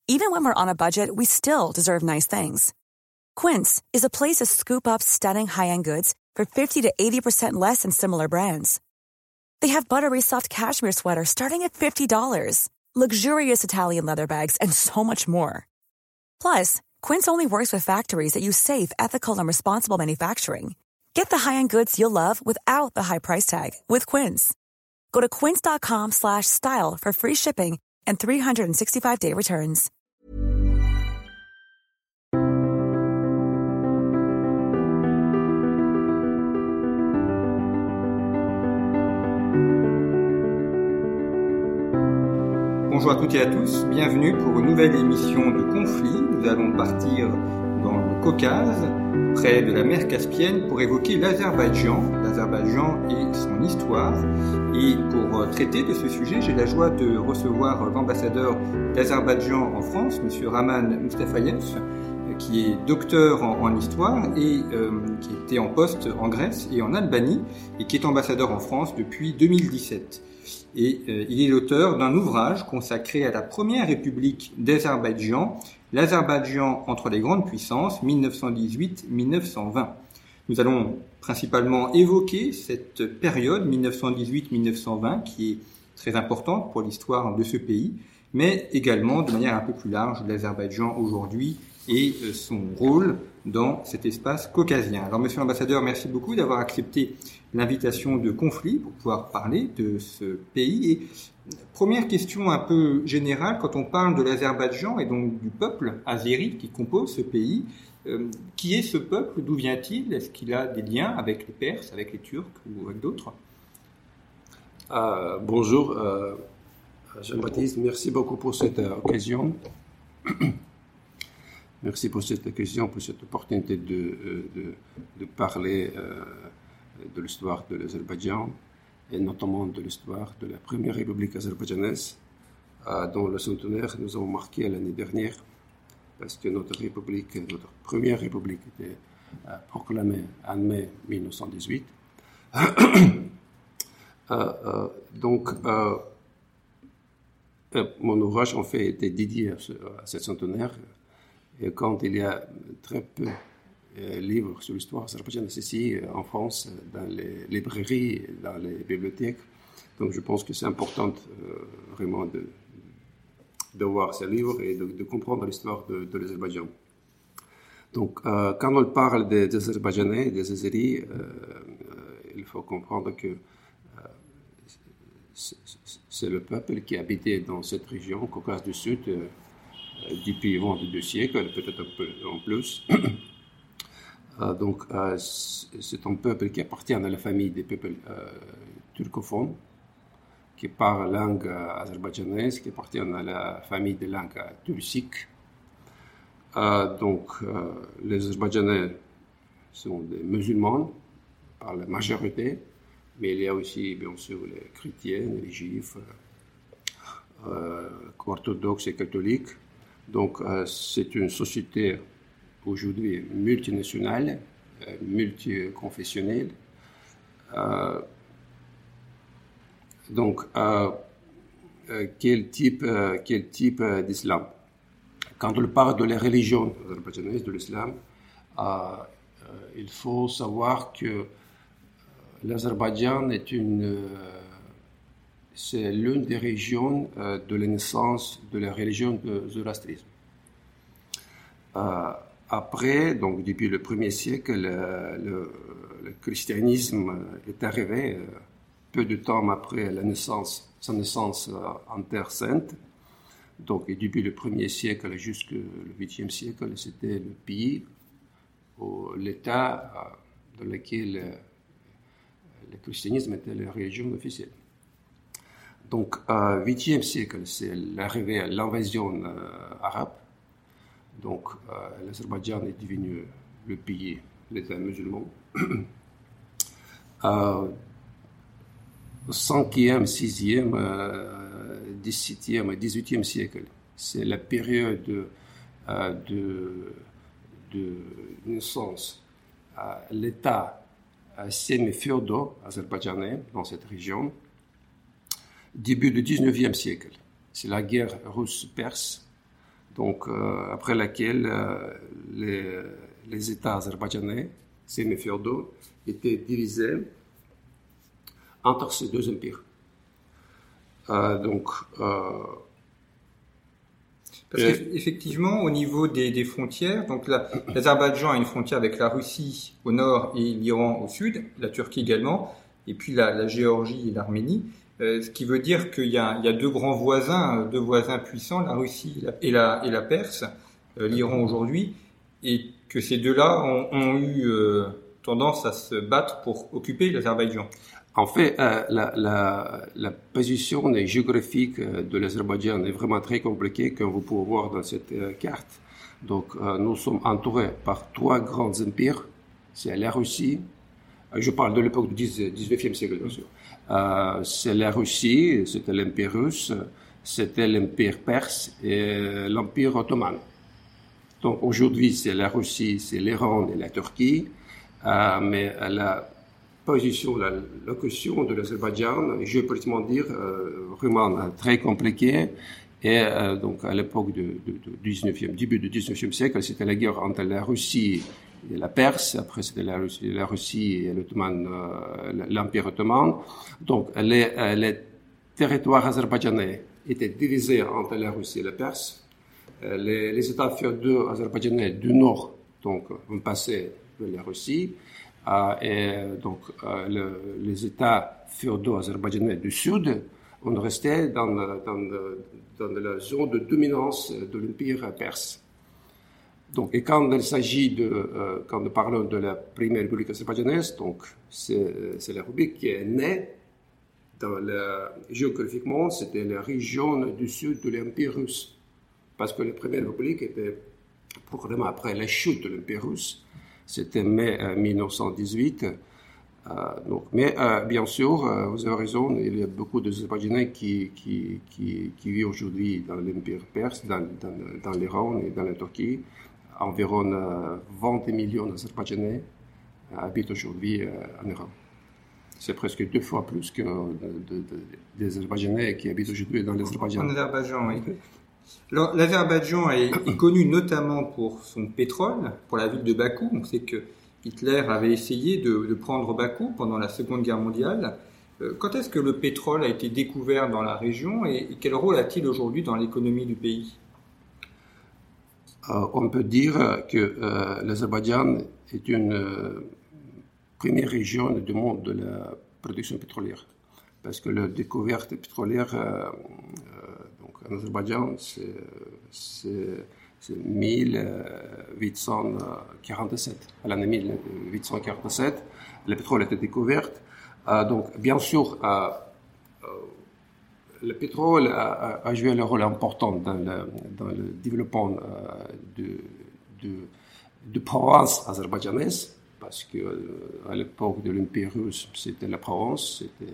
Even when we're on a budget, we still deserve nice things. Quince is a place to scoop up stunning high-end goods for 50 to 80% less than similar brands. They have buttery soft cashmere sweaters starting at $50, luxurious Italian leather bags, and so much more. Plus, Quince only works with factories that use safe, ethical, and responsible manufacturing. Get the high-end goods you'll love without the high price tag with Quince. Go to quince.com/style for free shipping and 365-day returns. Bonjour à toutes et à tous, bienvenue pour une nouvelle émission de Conflit. Nous allons partir dans le Caucase, près de la mer Caspienne, pour évoquer l'Azerbaïdjan et son histoire. Et pour traiter de ce sujet, j'ai la joie de recevoir l'ambassadeur d'Azerbaïdjan en France, M. Raman Mustafayev, qui est docteur en histoire et qui était en poste en Grèce et en Albanie, et qui est ambassadeur en France depuis 2017. Et il est l'auteur d'un ouvrage consacré à la première république d'Azerbaïdjan, l'Azerbaïdjan entre les grandes puissances, 1918-1920. Nous allons principalement évoquer cette période 1918-1920 qui est très importante pour l'histoire de ce pays, mais également de manière un peu plus large l'Azerbaïdjan aujourd'hui et son rôle dans cet espace caucasien. Alors, monsieur l'ambassadeur, merci beaucoup d'avoir accepté l'invitation de Conflit pour pouvoir parler de ce pays. Et première question un peu générale, quand on parle de l'Azerbaïdjan et donc du peuple azéri qui compose ce pays, qui est ce peuple? D'où vient-il? Est-ce qu'il a des liens avec les Perses, avec les Turcs ou avec d'autres? Bonjour, Jean-Baptiste, merci beaucoup pour cette occasion. Merci pour cette occasion, pour cette opportunité de parler de l'histoire de l'Azerbaïdjan et notamment de l'histoire de la première république azerbaïdjanaise dont le centenaire nous avons marqué l'année dernière parce que notre première république était proclamée en mai 1918. Mon ouvrage en fait était dédié à ce centenaire. Et quand il y a très peu de livres sur l'histoire azerbaïdjanaise ici en France, dans les librairies, dans les bibliothèques, donc je pense que c'est important vraiment de voir ces livres et de comprendre l'histoire de l'Azerbaïdjan. Donc quand on parle des Azerbaïdjanais, des Azéris, il faut comprendre que c'est le peuple qui habitait dans cette région, Caucase du Sud, depuis 22 siècles, peut-être un peu en plus. C'est un peuple qui appartient à la famille des peuples turcophones, qui parlent langue azerbaïdjanaise, qui appartient à la famille des langues turciques. Les Azerbaïdjanais sont des musulmans, par la majorité, mais il y a aussi, bien sûr, les chrétiens, les juifs, orthodoxes et catholiques. Donc, c'est une société aujourd'hui multinationale, multiconfessionnelle. Quel type d'islam? Quand on parle de la religion azerbaïdjanaise, de l'islam, il faut savoir que l'Azerbaïdjan c'est l'une des régions de la naissance de la religion de zoroastrisme. Après, donc depuis le 1er siècle, le christianisme est arrivé peu de temps après sa naissance en Terre Sainte. Donc, et depuis le 1er siècle jusqu'au 8e siècle, c'était le pays ou l'État dans lequel le christianisme était la religion officielle. Donc, au 8e siècle, c'est l'arrivée à l'invasion arabe. Donc, l'Azerbaïdjan est devenu le pays, l'État musulman. Au 5e, 6e, 17e et 18e siècle, c'est la période de naissance à l'État semi-féodal azerbaïdjanais dans cette région. Début du 19e siècle, c'est la guerre russe-perse. Donc, après laquelle les États azerbaïdjanais, semi-féodaux, étaient divisés entre ces deux empires. Parce qu'effectivement, au niveau des frontières, donc l'Azerbaïdjan a une frontière avec la Russie au nord et l'Iran au sud, la Turquie également, et puis la Géorgie et l'Arménie. Ce qui veut dire qu'il y a deux grands voisins, deux voisins puissants, la Russie et la Perse, l'Iran aujourd'hui, et que ces deux-là ont eu tendance à se battre pour occuper l'Azerbaïdjan. En fait, la position géographique de l'Azerbaïdjan est vraiment très compliquée, comme vous pouvez voir dans cette carte. Donc, nous sommes entourés par trois grands empires. C'est la Russie. Je parle de l'époque du 19e siècle, bien sûr. C'est la Russie, c'était l'Empire russe, c'était l'Empire perse et l'Empire ottoman. Donc aujourd'hui, c'est la Russie, c'est l'Iran et la Turquie, mais la position, la location de l'Azerbaïdjan, je peux dire, vraiment très compliquée. Et donc à l'époque du début du 19e siècle, c'était la guerre entre la Russie et la Perse. Après, c'était la Russie et l'Empire ottoman. Donc les territoires azerbaïdjanais étaient divisés entre la Russie et la Perse. Les États féodaux azerbaïdjanais du nord, donc, ont passé de la Russie. Et donc les États féodaux azerbaïdjanais du sud ont resté dans la zone de dominance de l'Empire perse. Donc, et quand il s'agit quand nous parlons de la première République azerbaïdjanaise, donc c'est la République qui est née géographiquement, c'était la région du sud de l'Empire russe, parce que la première République était probablement après la chute de l'Empire russe, c'était mai 1918. Mais bien sûr, vous avez raison, il y a beaucoup d'Azerbaïdjanais qui vivent aujourd'hui dans l'Empire perse, dans l'Iran et dans la Turquie. Environ 20 millions d'Azerbaïdjanais habitent aujourd'hui en Iran. C'est presque 2 fois plus que des Azerbaïdjanais qui habitent aujourd'hui dans l'Azerbaïdjan. En Azerbaïdjan, oui. Alors, l'Azerbaïdjan est connu notamment pour son pétrole, pour la ville de Bakou. On sait que Hitler avait essayé de prendre Bakou pendant la Seconde Guerre mondiale. Quand est-ce que le pétrole a été découvert dans la région et quel rôle a-t-il aujourd'hui dans l'économie du pays ? On peut dire que l'Azerbaïdjan est une première région du monde de la production pétrolière. Parce que la découverte pétrolière donc en Azerbaïdjan, c'est 1847. À l'année 1847, le pétrole a été découvert. Donc, bien sûr, le pétrole a joué un rôle important dans le développement de province azerbaïdjanaise, parce que à l'époque de l'Empire russe, c'était la Provence, c'était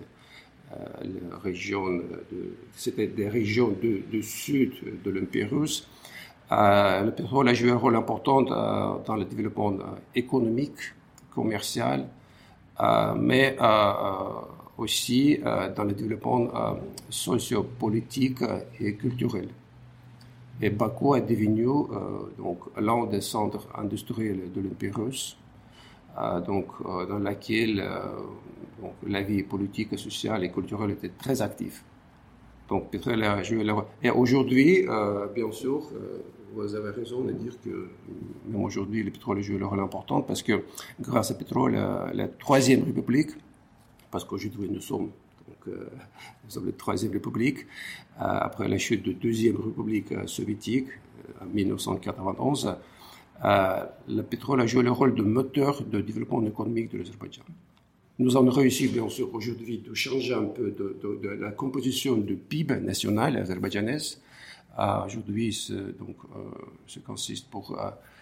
c'était des régions du sud de l'Empire russe. Le pétrole a joué un rôle important dans le développement économique, commercial, mais aussi dans le développement sociopolitique et culturel. Et Bakou est devenu donc l'un des centres industriels de l'Empire russe, dans laquelle donc, la vie politique, sociale et culturelle était très active. Donc, pétrole a joué le rôle. Et aujourd'hui, bien sûr, vous avez raison de dire que même aujourd'hui, le pétrole joue un rôle important parce que grâce au pétrole, la Troisième République, parce qu'aujourd'hui nous sommes la Troisième République, après la chute de la Deuxième République soviétique en 1991, le pétrole a joué le rôle de moteur de développement économique de l'Azerbaïdjan. Nous avons réussi, bien sûr, aujourd'hui de changer un peu de la composition du PIB national azerbaïdjanaise. Aujourd'hui, ça consiste pour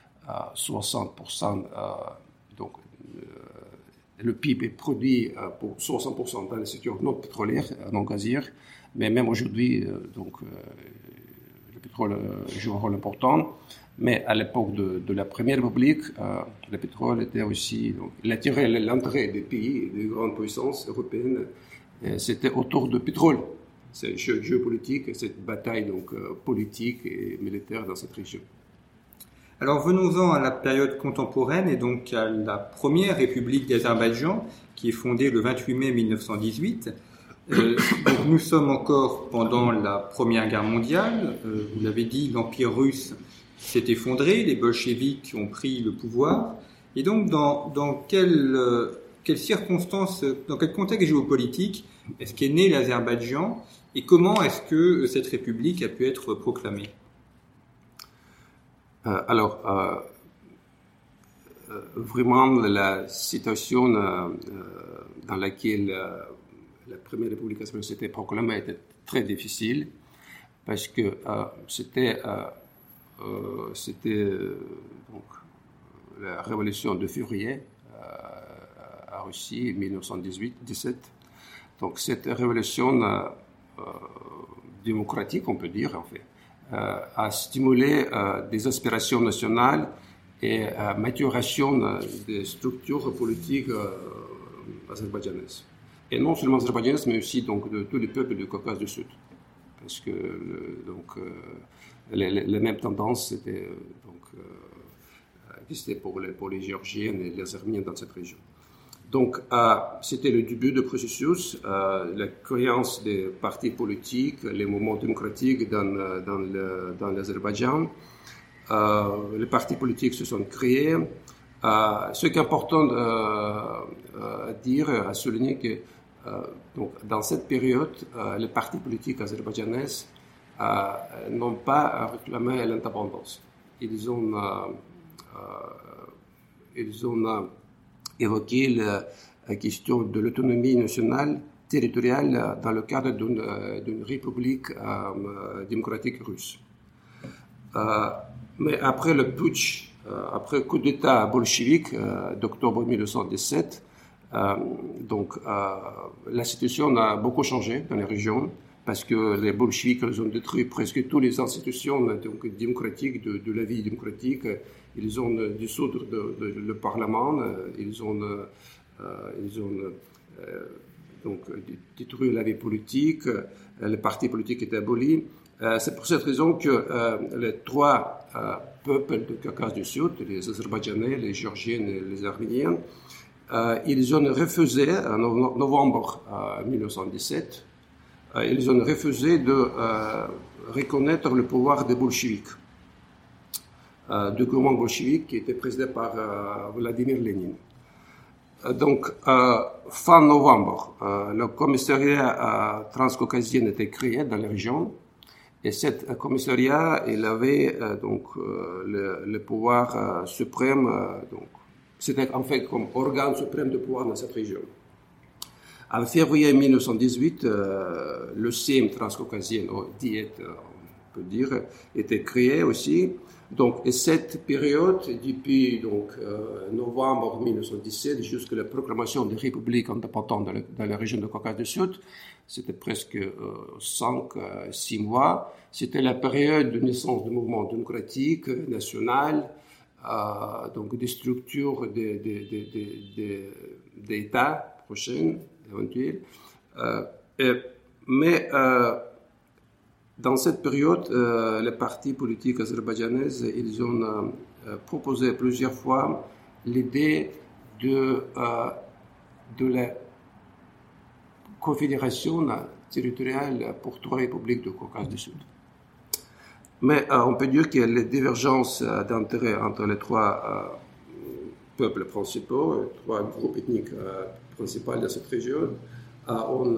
60%. Donc, le PIB est produit pour 60% dans le secteur non pétrolier, non gazier. Mais même aujourd'hui, le pétrole joue un rôle important. Mais à l'époque de la Première République, le pétrole était aussi... l'entrée des pays, des grandes puissances européennes, c'était autour du pétrole. ce jeu géopolitique, cette bataille donc politique et militaire dans cette région. Alors venons-en à la période contemporaine et donc à la première République d'Azerbaïdjan qui est fondée le 28 mai 1918. Donc nous sommes encore pendant la Première Guerre mondiale. Vous l'avez dit, l'Empire russe s'est effondré, les bolcheviks ont pris le pouvoir. Et donc dans quelles circonstances, dans quel contexte géopolitique est-ce qu'est né l'Azerbaïdjan et comment est-ce que cette République a pu être proclamée ? Vraiment, la situation dans laquelle la Première République s'était proclamée était très difficile parce que c'était donc la révolution de février à Russie, 1918-17. Donc cette révolution démocratique, on peut dire en fait, a stimulé des aspirations nationales et maturation des structures politiques azerbaïdjanaises. Et non seulement azerbaïdjanaises, mais aussi donc, de tous les peuples du Caucase du Sud. Parce que les mêmes tendances existaient pour les Géorgiens et les Arméniens dans cette région. Donc, c'était le début du processus, la créance des partis politiques, les mouvements démocratiques dans l'Azerbaïdjan. Les partis politiques se sont créés. Ce qui est important à dire, à souligner que donc, dans cette période, les partis politiques azerbaïdjanais n'ont pas réclamé l'indépendance. Ils ont évoqué la question de l'autonomie nationale territoriale dans le cadre d'une république démocratique russe. Mais après le putsch, après le coup d'État bolchevique d'octobre 1917, donc la situation a beaucoup changé dans la région parce que les bolcheviks ont détruit presque toutes les institutions donc, démocratiques de la vie démocratique. Ils ont dissous le Parlement, ils ont donc détruit la vie politique, les partis politiques étaient abolis. C'est pour cette raison que les trois peuples du Caucase du Sud, les Azerbaïdjanais, les Géorgiens et les Arméniens, ils ont refusé, en novembre 1917, ils ont refusé de reconnaître le pouvoir des bolcheviks, du gouvernement bolchevique qui était présidé par Vladimir Lénine. Donc, fin novembre, le commissariat transcaucasien était créé dans la région. Et cet commissariat, il avait donc le pouvoir suprême. Donc, c'était en fait comme organe suprême de pouvoir dans cette région. En février 1918, le Sejm transcaucasien, ou Diet, on peut dire, était créé aussi. Donc, et cette période, depuis donc novembre 1917 jusqu'à la proclamation des républiques indépendantes dans la région du Caucase du Sud, c'était presque 5-6 mois. C'était la période de naissance du mouvement démocratique national, donc des structures d'États prochaines, éventuelles. Mais dans cette période, les partis politiques azerbaïdjanais, ils ont proposé plusieurs fois l'idée de la confédération territoriale pour trois républiques du Caucase du Sud. Mais on peut dire que les divergences d'intérêts entre les trois peuples principaux, les trois groupes ethniques principaux de cette région, ont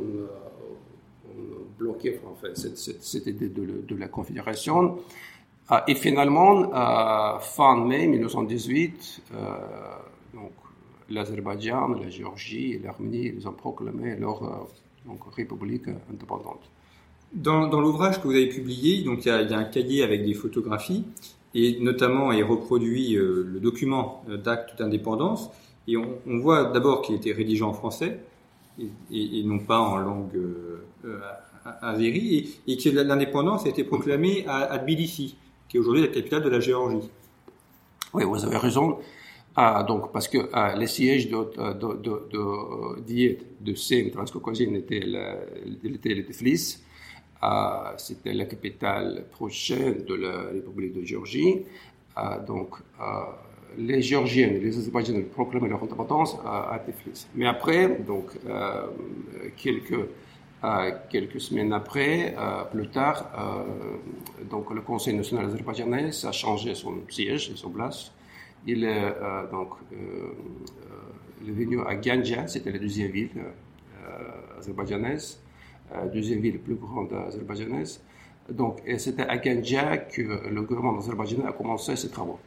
bloqué en fait, cette idée de la confédération. Et finalement, fin mai 1918, donc, l'Azerbaïdjan, la Géorgie et l'Arménie, ils ont proclamé leur république indépendante. Dans l'ouvrage que vous avez publié, donc il y a un cahier avec des photographies et notamment est reproduit le document d'acte d'indépendance et on voit d'abord qu'il était rédigé en français et non pas en langue azérie et que l'indépendance a été proclamée à Tbilissi, qui est aujourd'hui la capitale de la Géorgie. Oui, vous avez raison. Donc, parce que le siège d'IED, de CEM Transcaucasien, était le Tiflis. C'était la capitale prochaine de la République de Géorgie. Donc, les Géorgiens et les Azerbaïdjanais proclamaient leur indépendance à Tiflis. Mais après, donc, quelques semaines après, plus tard, donc le Conseil national azerbaïdjanais a changé son siège et son place. Il est venu à Ganja, c'était la deuxième ville azerbaïdjanaise, deuxième ville plus grande azerbaïdjanaise. Donc, et c'était à Ganja que le gouvernement azerbaïdjanais a commencé ses travaux.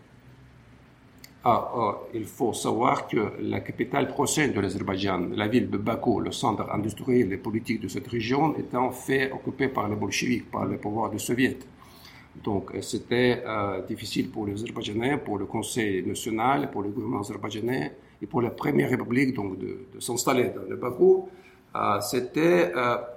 Il faut savoir que la capitale prochaine de l'Azerbaïdjan, la ville de Bakou, le centre industriel et politique de cette région, était en fait occupée par les bolcheviks, par le pouvoir des soviétiques. Donc, c'était difficile pour les Azerbaïdjanais, pour le Conseil national, pour le gouvernement azerbaïdjanais et pour la Première République donc, de s'installer dans le Bakou. C'était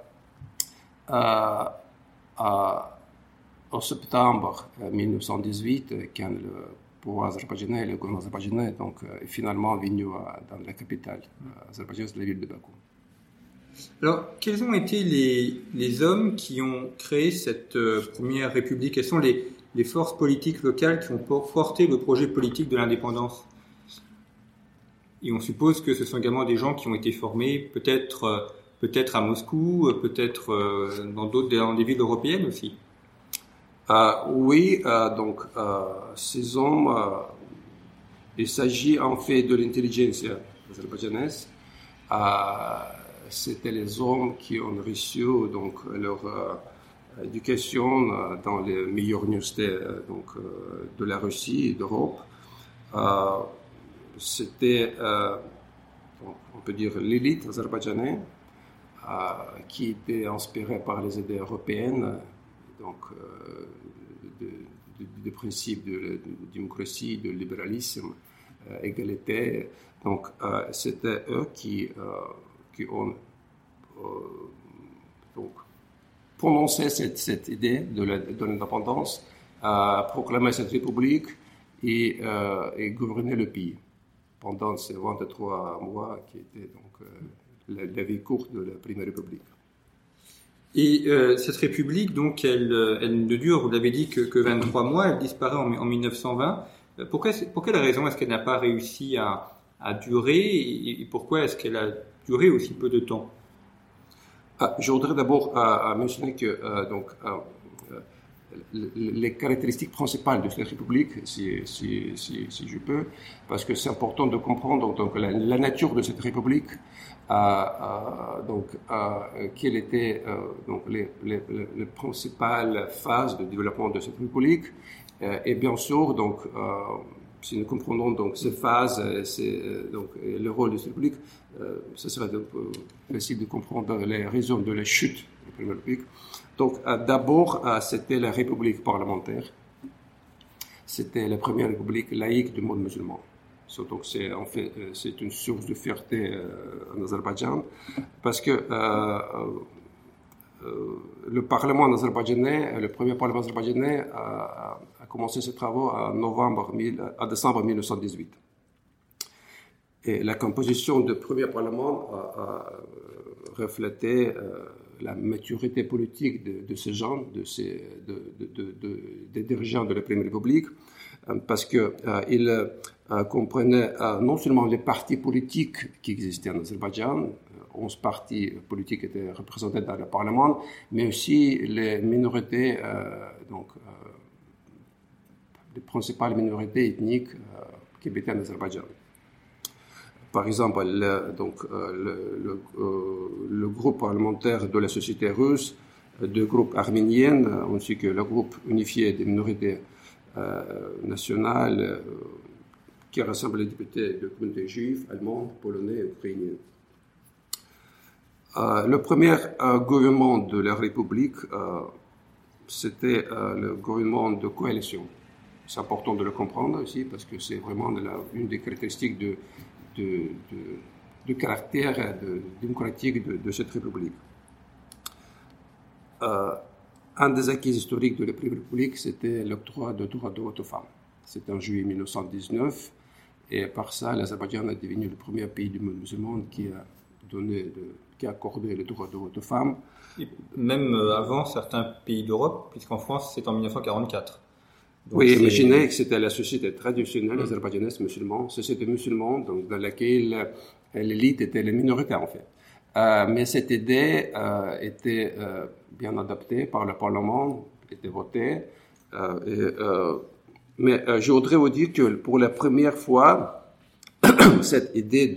en septembre 1918 quand le pouvoir azerbaïdjanais et le gouvernement azerbaïdjanais donc, est finalement venu dans la capitale azerbaïdjanaise, la ville de Bakou. Alors, quels ont été les hommes qui ont créé cette première république? Quelles sont les forces politiques locales qui ont porté le projet politique de l'indépendance? Et on suppose que ce sont également des gens qui ont été formés peut-être à Moscou, peut-être dans des villes européennes aussi. Oui, donc ces hommes, il s'agit en fait de l'intelligence azerbaïdjanaise. C'était les hommes qui ont reçu donc leur éducation dans les meilleures universités donc de la Russie et d'Europe. C'était, on peut dire, l'élite azerbaïdjanaise qui était inspirée par les idées européennes, donc des principes de démocratie, de libéralisme, égalité. Donc, c'était eux qui ont donc prononcé cette idée de l'indépendance, proclamé cette république et gouverné le pays pendant ces 23 mois qui étaient donc la vie courte de la Première République. Et cette république, donc, elle ne dure, vous l'avez dit, que 23 mois, elle disparaît en 1920. Pour quelle raison est-ce qu'elle n'a pas réussi à durer et pourquoi est-ce qu'elle a duré aussi peu de temps? Je voudrais d'abord mentionner que les caractéristiques principales de cette république, si je peux, parce que c'est important de comprendre donc, la nature de cette république, quelles étaient donc, les principales phases de développement de cette république, et bien sûr, donc, si nous comprenons donc ces phases, donc le rôle de cette république, ce serait donc facile de comprendre les raisons de la chute de la Première République. Donc, d'abord, c'était la République parlementaire. C'était la première République laïque du monde musulman. Donc, c'est une source de fierté en Azerbaïdjan parce que le Parlement azerbaïdjanais, le premier Parlement azerbaïdjanais, a commencé ses travaux à décembre 1918. Et la composition du premier Parlement a reflété la maturité politique de ces gens, des dirigeants de la Première République, parce qu'ils comprenaient non seulement les partis politiques qui existaient en Azerbaïdjan, 11 partis politiques étaient représentés dans le Parlement, mais aussi les minorités, les principales minorités ethniques qui habitaient en Azerbaïdjan. Par exemple, le groupe parlementaire de la société russe, le groupe arménien, ainsi que le groupe unifié des minorités nationales qui rassemble les députés de communautés juives, allemandes, polonais et ukrainiens. Le premier gouvernement de la République, c'était le gouvernement de coalition. C'est important de le comprendre aussi parce que c'est vraiment une des caractéristiques de caractère démocratique de cette République. Un des acquis historiques de la Première République, c'était l'octroi de droits de vote aux femmes. C'était en juillet 1919 Et par ça, l'Azerbaïdjan est devenu le premier pays du monde musulman qui a accordé le droit de vote aux femmes. Et même avant certains pays d'Europe, puisqu'en France, c'est en 1944. Donc oui, imaginez que c'était la société traditionnelle azerbaïdjanaise musulmane, société musulmane, donc dans laquelle l'élite était la minorité en fait. Mais cette idée était bien adaptée par le Parlement, était votée. Mais je voudrais vous dire que pour la première fois, cette idée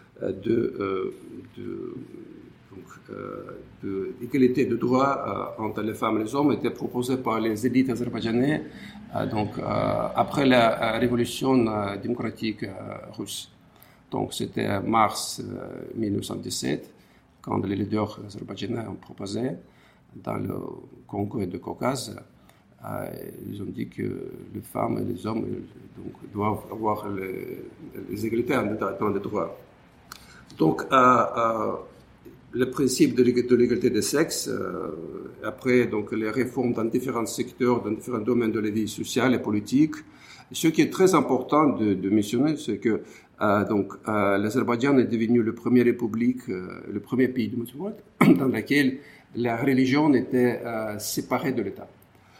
d'égalité de droit entre les femmes et les hommes était proposée par les élites azerbaïdjanaises après la révolution démocratique russe. Donc c'était mars 1917 quand les leaders azerbaïdjanais ont proposé dans le Congrès de Caucase, ils ont dit que les femmes et les hommes doivent avoir les égalités dans les droits. Donc le principe de l'égalité des sexes, après donc les réformes dans différents secteurs, dans différents domaines de la vie sociale et politique. Ce qui est très important de mentionner, c'est que l'Azerbaïdjan est devenu la première république, le premier pays du monde dans lequel la religion était séparée de l'État.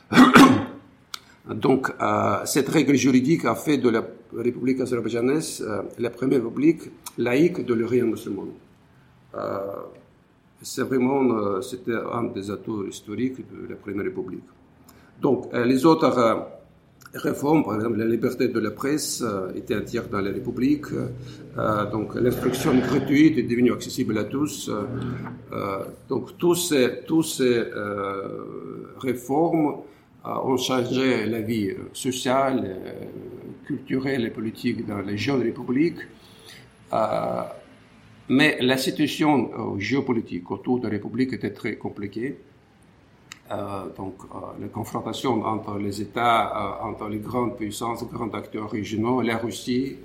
Donc, cette règle juridique a fait de la République azerbaïdjanaise la première république laïque de l'Orient musulman. C'était un des atouts historiques de la Première République. Donc, les autres réformes, par exemple, la liberté de la presse était entière dans la République. Donc, l'instruction gratuite est devenue accessible à tous. Donc, tous ces réformes ont changé la vie sociale, culturelle et politique dans les jeunes républiques. Mais la situation géopolitique autour de la République était très compliquée. La confrontation entre les États, entre les grandes puissances, les grands acteurs régionaux, la Russie,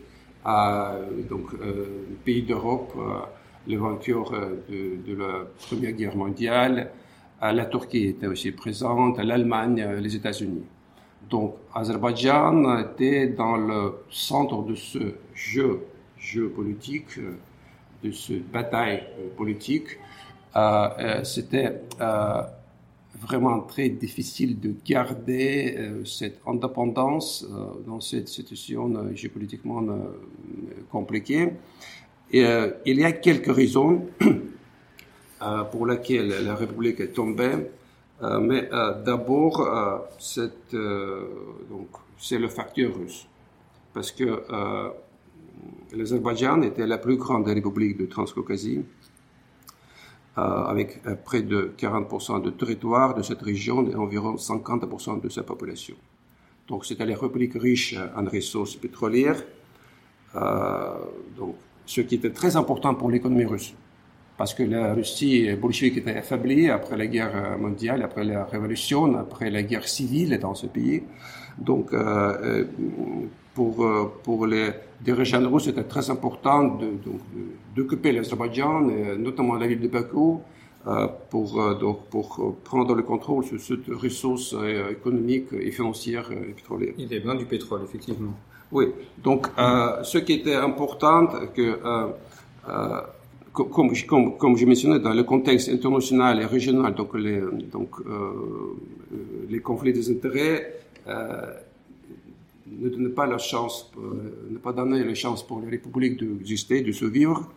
pays d'Europe, les vainqueurs de la Première Guerre mondiale, la Turquie était aussi présente, l'Allemagne, les États-Unis. Donc, Azerbaïdjan était dans le centre de ce jeu politique, de cette bataille politique. C'était vraiment très difficile de garder cette indépendance dans cette situation géopolitiquement compliquée. Et il y a quelques raisons pour lesquelles la République est tombée, mais d'abord c'est le facteur russe, parce que l'Azerbaïdjan était la plus grande république de Transcaucasie, avec près de 40% de territoire de cette région et environ 50% de sa population. Donc c'était la république riche en ressources pétrolières, ce qui était très important pour l'économie russe, parce que la Russie bolchevique était affaiblie après la guerre mondiale, après la révolution, après la guerre civile dans ce pays. Donc pour les dirigeants russes, c'était très important d'occuper l'Azerbaïdjan, notamment la ville de Bakou, pour prendre le contrôle sur cette ressource économique et financière et pétrolière. Il y avait besoin du pétrole, effectivement. Oui. Donc, ce qui était important, comme je mentionnais, dans le contexte international et régional, les conflits des intérêts ne donnaient pas la chance, ne pas donner la chance pour la République d'exister, de survivre.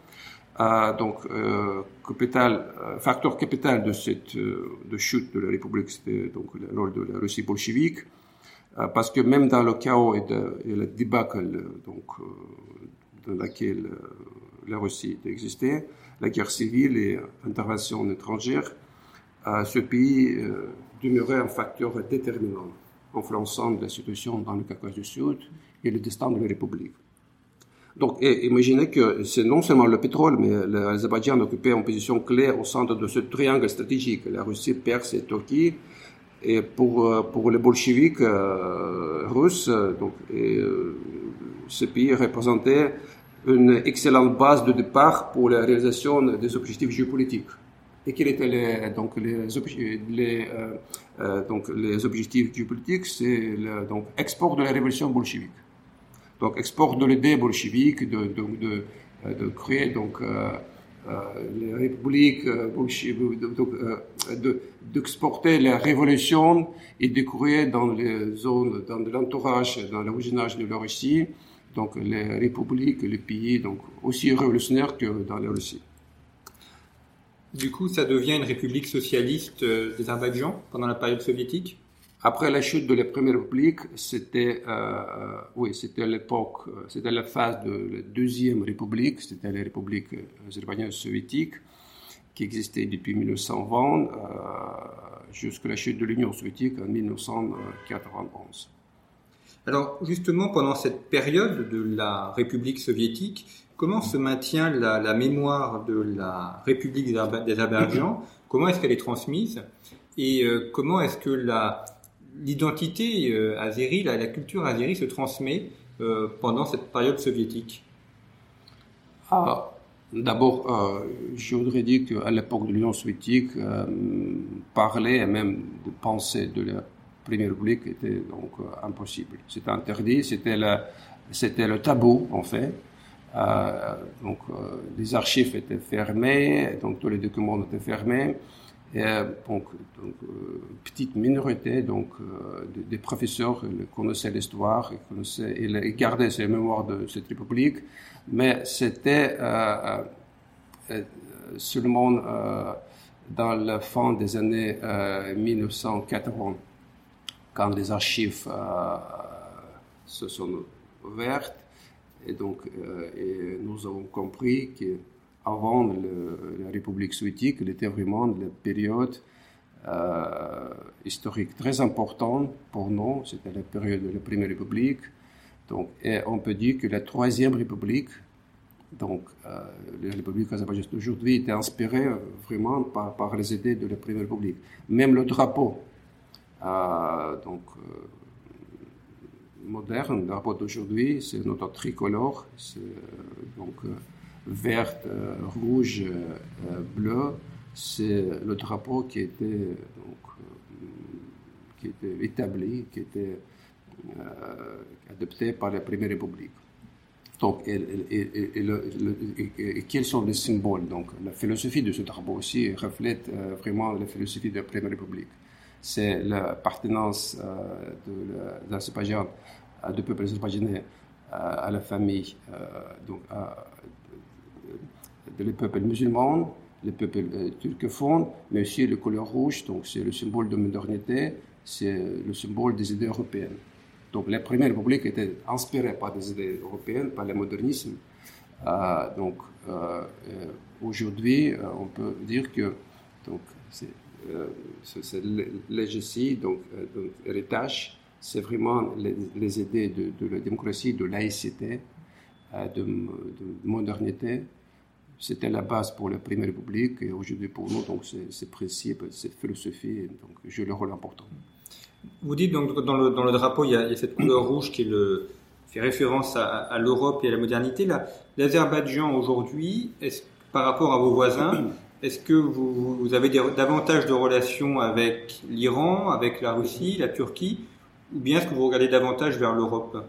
Facteur capital de cette chute de la République, c'était donc le rôle de la Russie bolchevique, parce que même dans le chaos et la débâcle dans laquelle la Russie existait, la guerre civile et l'intervention étrangère, ce pays demeurait un facteur déterminant, influençant la situation dans le Caucase du Sud et le destin de la République. Donc, imaginez que c'est non seulement le pétrole, mais l'Azerbaïdjan occupait une position clé au centre de ce triangle stratégique, la Russie, Perse et Turquie. Et pour les bolcheviques russes, ce pays représentait une excellente base de départ pour la réalisation des objectifs géopolitiques. Et quels étaient les objectifs géopolitiques? C'est l'export de la révolution bolchevique. donc exportent de l'idée bolchevique de créer donc les républiques d'exporter la révolution et de créer dans les zones, dans l'entourage, dans le voisinage de la Russie, donc les républiques, les pays donc aussi révolutionnaires que dans la Russie. Du coup, ça devient une république socialiste d'Azerbaïdjan pendant la période soviétique? Après la chute de la Première République, c'était l'époque, c'était la phase de la Deuxième République, c'était la République azerbaïdjanaise soviétique, qui existait depuis 1920 jusqu'à la chute de l'Union soviétique en 1991. Alors, justement, pendant cette période de la République soviétique, comment se maintient la mémoire de la République d'Azerbaïdjan? Comment est-ce qu'elle est transmise? Et comment est-ce que l'identité azérie, la culture azérie se transmet pendant cette période soviétique? D'abord, je voudrais dire qu'à l'époque de l'Union soviétique, parler et même de penser de la Première République était donc impossible. C'était interdit, c'était le tabou en fait. Les archives étaient fermées, donc tous les documents étaient fermés. Et, petite minorité des professeurs connaissaient l'histoire, ils gardaient ces mémoires de cette république, mais c'était seulement dans la fin des années 1980, quand les archives se sont ouvertes, et donc et nous avons compris que avant la République soviétique, elle était vraiment la période historique très importante pour nous. C'était la période de la Première République. Donc, et on peut dire que la Troisième République, donc la République azerbaïdjanaise d'aujourd'hui, était inspirée vraiment par les idées de la Première République. Même le drapeau, moderne, le drapeau d'aujourd'hui, c'est notre tricolore, c'est vert, rouge, bleu, c'est le drapeau qui était établi, qui était adopté par la Première République. Donc, et quels sont les symboles? Donc, la philosophie de ce drapeau aussi reflète vraiment la philosophie de la Première République. C'est l'appartenance de l'Azerbaïdjan, du peuple azerbaïdjanais à la famille, les peuples musulmans, les peuples turcophones, mais aussi le couleur rouge, donc c'est le symbole de modernité, c'est le symbole des idées européennes. Donc la Première République était inspirée par des idées européennes, par le modernisme. Aujourd'hui, on peut dire que c'est legacy, donc héritage, c'est vraiment les idées de la démocratie, de laïcité, de modernité. C'était la base pour la Première République et aujourd'hui pour nous, donc ces principes, cette philosophie, donc joue le rôle important. Vous dites donc dans le drapeau, il y a cette couleur rouge qui fait référence à l'Europe et à la modernité. L'Azerbaïdjan aujourd'hui, par rapport à vos voisins, est-ce que vous avez davantage de relations avec l'Iran, avec la Russie, la Turquie, ou bien est-ce que vous regardez davantage vers l'Europe?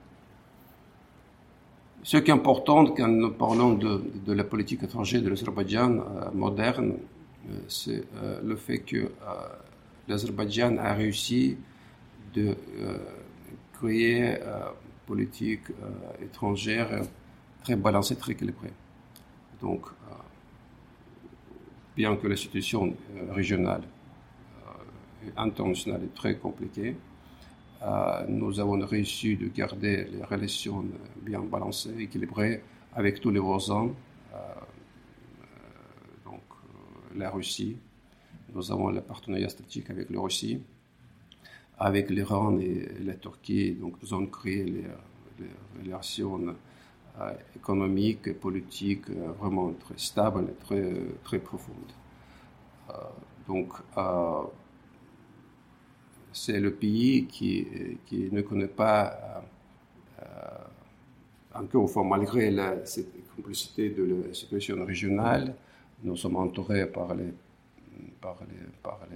Ce qui est important quand nous parlons de la politique étrangère de l'Azerbaïdjan moderne, c'est le fait que l'Azerbaïdjan a réussi de créer une politique étrangère très balancée, très équilibrée. Donc, bien que la situation régionale et internationale est très compliquée, nous avons réussi de garder les relations bien balancées, équilibrées avec tous les voisins, la Russie. Nous avons le partenariat stratégique avec la Russie, avec l'Iran et la Turquie. Donc nous avons créé les relations économiques et politiques vraiment très stables et très, très profondes. C'est le pays qui ne connaît pas, encore une fois, malgré cette complicité de la situation régionale, nous sommes entourés par les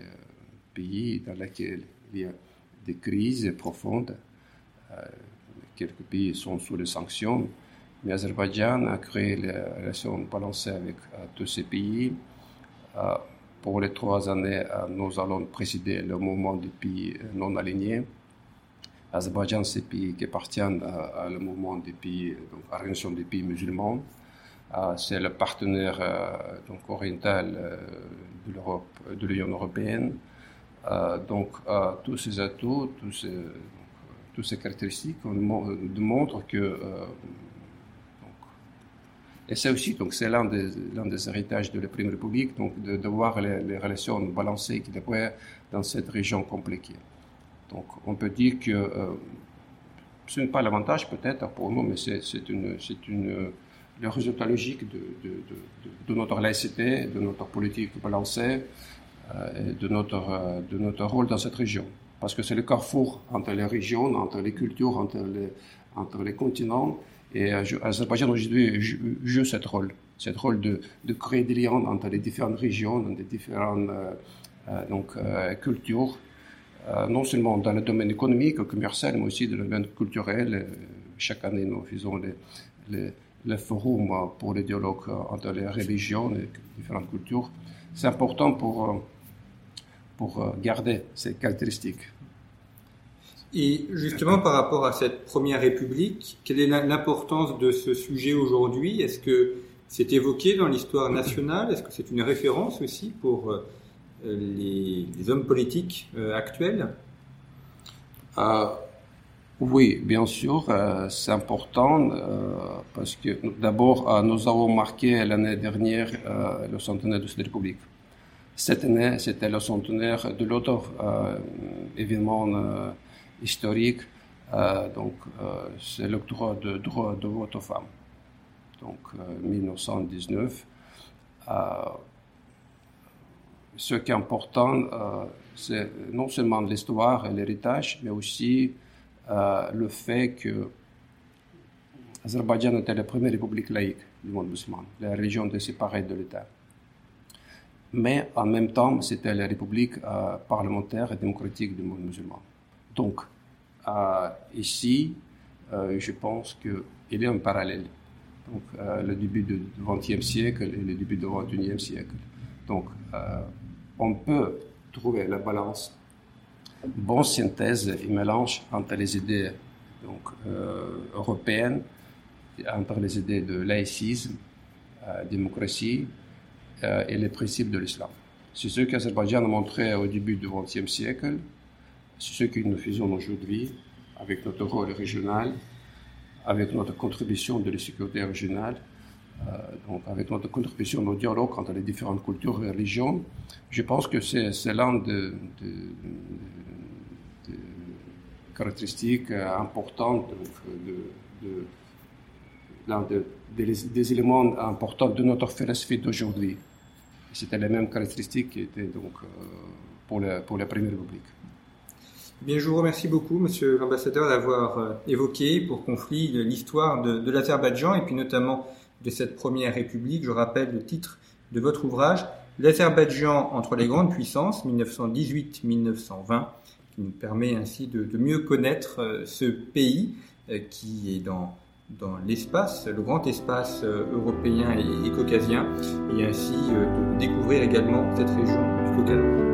pays dans lesquels il y a des crises profondes, quelques pays sont sous les sanctions. Mais l'Azerbaïdjan a créé les relations balancées avec tous ces pays. Pour les 3 années, nous allons présider le mouvement des pays non alignés. L'Azerbaïdjan, c'est un pays qui appartient à le mouvement des pays, donc à l'Organisation des pays musulmans. C'est le partenaire donc oriental de l'Europe, de l'Union européenne. Donc tous ces atouts, toutes ces caractéristiques démontrent que et c'est aussi donc c'est l'un des héritages de la Première République, donc de voir les relations balancées qui devraient dans cette région compliquée. Donc on peut dire que ce n'est pas l'avantage peut-être pour nous, mais c'est le résultat logique de notre laïcité, de notre politique balancée, et de notre rôle dans cette région. Parce que c'est le carrefour entre les régions, entre les cultures, entre les continents. Et l'Azerbaïdjan aujourd'hui joue ce rôle de créer des liens entre les différentes régions, dans les différentes cultures, non seulement dans le domaine économique, commercial, mais aussi dans le domaine culturel. Chaque année, nous faisons les forums pour le dialogue entre les religions, les différentes cultures. C'est important pour garder ces caractéristiques. Et justement, par rapport à cette première république, quelle est l'importance de ce sujet aujourd'hui? Est-ce que c'est évoqué dans l'histoire nationale? Est-ce que c'est une référence aussi pour les hommes politiques actuels? Oui, bien sûr, c'est important parce que d'abord, nous avons marqué l'année dernière le centenaire de cette république. Cette année, c'était le centenaire de l'autre événement historique, c'est l'octroi de droit de vote aux femmes, donc 1919. Ce qui est important, c'est non seulement l'histoire et l'héritage, mais aussi le fait que l'Azerbaïdjan était la première république laïque du monde musulman, la religion était séparée de l'État. Mais en même temps, c'était la république parlementaire et démocratique du monde musulman. Donc, ici, je pense qu'il y a un parallèle. Donc, le début du XXe siècle et le début du XXIe siècle. Donc, on peut trouver la balance, bonne synthèse et mélange entre les idées européennes, entre les idées de laïcisme, démocratie et les principes de l'islam. C'est ce que l'Azerbaïdjan a montré au début du XXe siècle. C'est ce que nous faisons aujourd'hui avec notre rôle régional, avec notre contribution de la sécurité régionale, donc avec notre contribution au dialogue entre les différentes cultures et religions. Je pense que c'est l'un des caractéristiques importantes, l'un des éléments importants de notre philosophie d'aujourd'hui. C'était les mêmes caractéristiques qui étaient donc pour la Première République. Bien, je vous remercie beaucoup, Monsieur l'ambassadeur, d'avoir évoqué pour conflit l'histoire de l'Azerbaïdjan et puis notamment de cette première république. Je rappelle le titre de votre ouvrage, L'Azerbaïdjan entre les grandes puissances, 1918-1920, qui nous permet ainsi de mieux connaître ce pays qui est dans l'espace, le grand espace européen et caucasien, et ainsi de découvrir également cette région du Caucase.